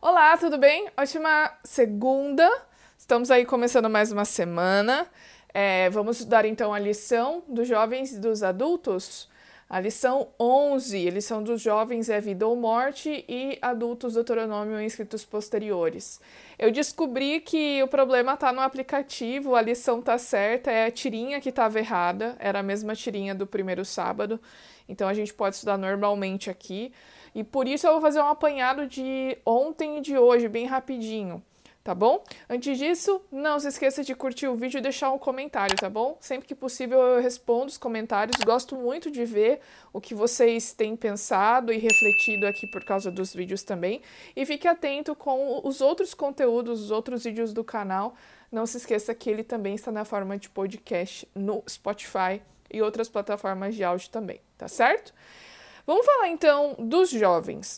Olá, tudo bem? Ótima segunda. Estamos aí começando mais uma semana. Vamos estudar então a lição dos jovens e dos adultos. A lição 11, a lição dos jovens é vida ou morte e adultos Deuteronômio e escritos posteriores. Eu descobri que o problema está no aplicativo, a lição está certa, é a tirinha que estava errada, era a mesma tirinha do primeiro sábado, então a gente pode estudar normalmente aqui. E por isso eu vou fazer um apanhado de ontem e de hoje, bem rapidinho, tá bom? Antes disso, não se esqueça de curtir o vídeo e deixar um comentário, tá bom? Sempre que possível eu respondo os comentários, gosto muito de ver o que vocês têm pensado e refletido aqui por causa dos vídeos também. E fique atento com os outros conteúdos, os outros vídeos do canal. Não se esqueça que ele também está na forma de podcast no Spotify e outras plataformas de áudio também, tá certo? Vamos falar então dos jovens.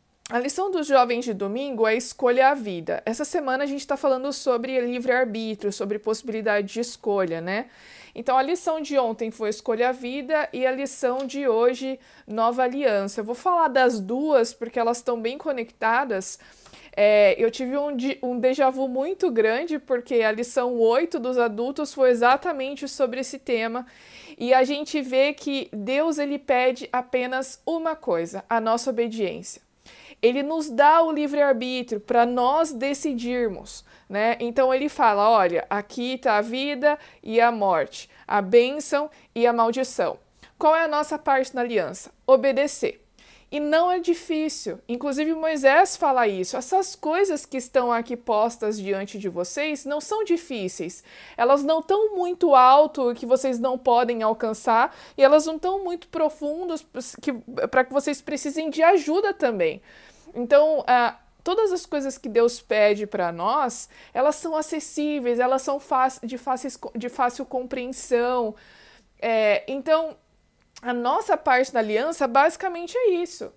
A lição dos jovens de domingo é escolha a vida. Essa semana a gente está falando sobre livre-arbítrio, sobre possibilidade de escolha, né? Então a lição de ontem foi escolha a vida e a lição de hoje, nova aliança. Eu vou falar das duas porque elas estão bem conectadas. Eu tive um déjà vu muito grande, porque a lição 8 dos adultos foi exatamente sobre esse tema. E a gente vê que Deus ele pede apenas uma coisa, a nossa obediência. Ele nos dá o livre-arbítrio para nós decidirmos, né? Então ele fala, olha, aqui está a vida e a morte, a bênção e a maldição. Qual é a nossa parte na aliança? Obedecer. E não é difícil. Inclusive Moisés fala isso. Essas coisas que estão aqui postas diante de vocês não são difíceis. Elas não estão muito alto que vocês não podem alcançar e elas não estão muito profundas para que vocês precisem de ajuda também. Então, todas as coisas que Deus pede para nós, elas são acessíveis, elas são de fácil compreensão. Então, a nossa parte da aliança basicamente é isso.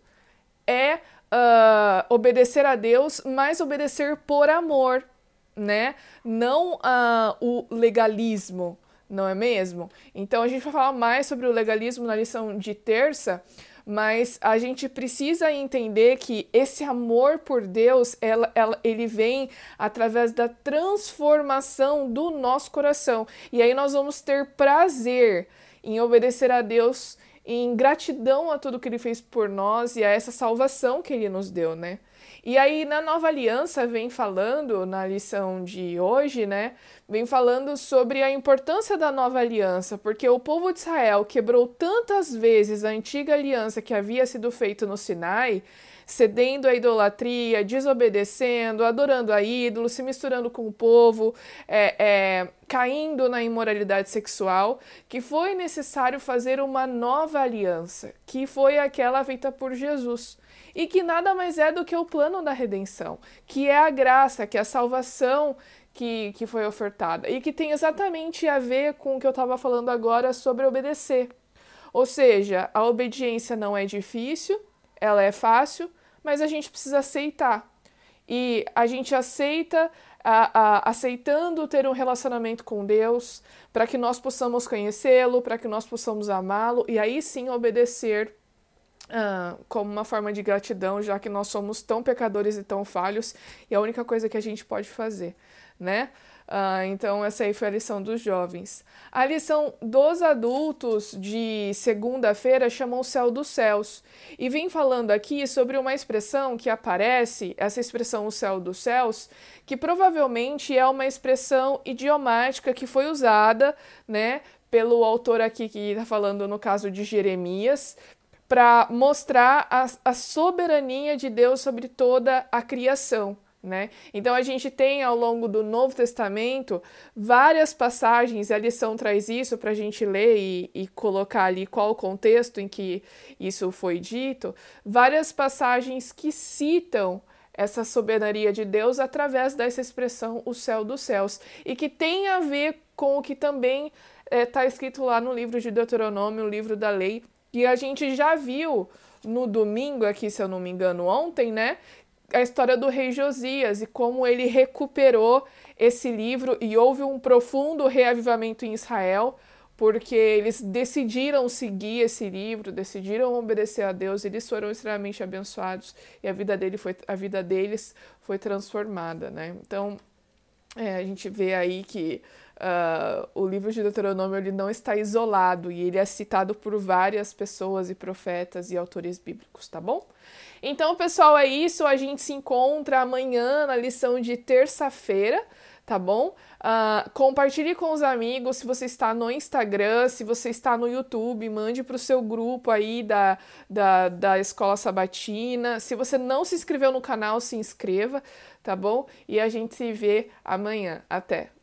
Obedecer a Deus, mas obedecer por amor, né? Não o legalismo, não é mesmo? Então a gente vai falar mais sobre o legalismo na lição de terça, mas a gente precisa entender que esse amor por Deus, ele vem através da transformação do nosso coração. E aí nós vamos ter prazer em obedecer a Deus, em gratidão a tudo que Ele fez por nós e a essa salvação que Ele nos deu, né? E aí, na Nova Aliança, vem falando, na lição de hoje, né? Vem falando sobre a importância da Nova Aliança, porque o povo de Israel quebrou tantas vezes a antiga aliança que havia sido feita no Sinai, cedendo à idolatria, desobedecendo, adorando a ídolos, se misturando com o povo, caindo na imoralidade sexual, que foi necessário fazer uma nova aliança, que foi aquela feita por Jesus, e que nada mais é do que o plano da redenção, que é a graça, que é a salvação que foi ofertada, e que tem exatamente a ver com o que eu estava falando agora sobre obedecer. Ou seja, a obediência não é difícil, ela é fácil, mas a gente precisa aceitar. E a gente aceita, aceitando ter um relacionamento com Deus, para que nós possamos conhecê-lo, para que nós possamos amá-lo, e aí sim obedecer como uma forma de gratidão, já que nós somos tão pecadores e tão falhos, e a única coisa que a gente pode fazer, né? Então essa aí foi a lição dos jovens. A lição dos adultos de segunda-feira chama o céu dos céus, e vem falando aqui sobre uma expressão que aparece, essa expressão o céu dos céus, que provavelmente é uma expressão idiomática que foi usada, né, pelo autor aqui que está falando no caso de Jeremias, para mostrar a soberania de Deus sobre toda a criação, né? Então a gente tem ao longo do Novo Testamento várias passagens, e a lição traz isso para a gente ler e colocar ali qual o contexto em que isso foi dito, várias passagens que citam essa soberania de Deus através dessa expressão o céu dos céus, e que tem a ver com o que também está escrito lá no livro de Deuteronômio, o livro da lei, e a gente já viu no domingo aqui, se eu não me engano, ontem, né? A história do rei Josias e como ele recuperou esse livro e houve um profundo reavivamento em Israel porque eles decidiram seguir esse livro, decidiram obedecer a Deus, eles foram extremamente abençoados e a vida deles foi transformada, né? Então, a gente vê aí que o livro de Deuteronômio ele não está isolado e ele é citado por várias pessoas e profetas e autores bíblicos, tá bom? Então, pessoal, é isso. A gente se encontra amanhã na lição de terça-feira, tá bom? Compartilhe com os amigos. Se você está no Instagram, se você está no YouTube, mande para o seu grupo aí da Escola Sabatina. Se você não se inscreveu no canal, se inscreva, tá bom? E a gente se vê amanhã. Até!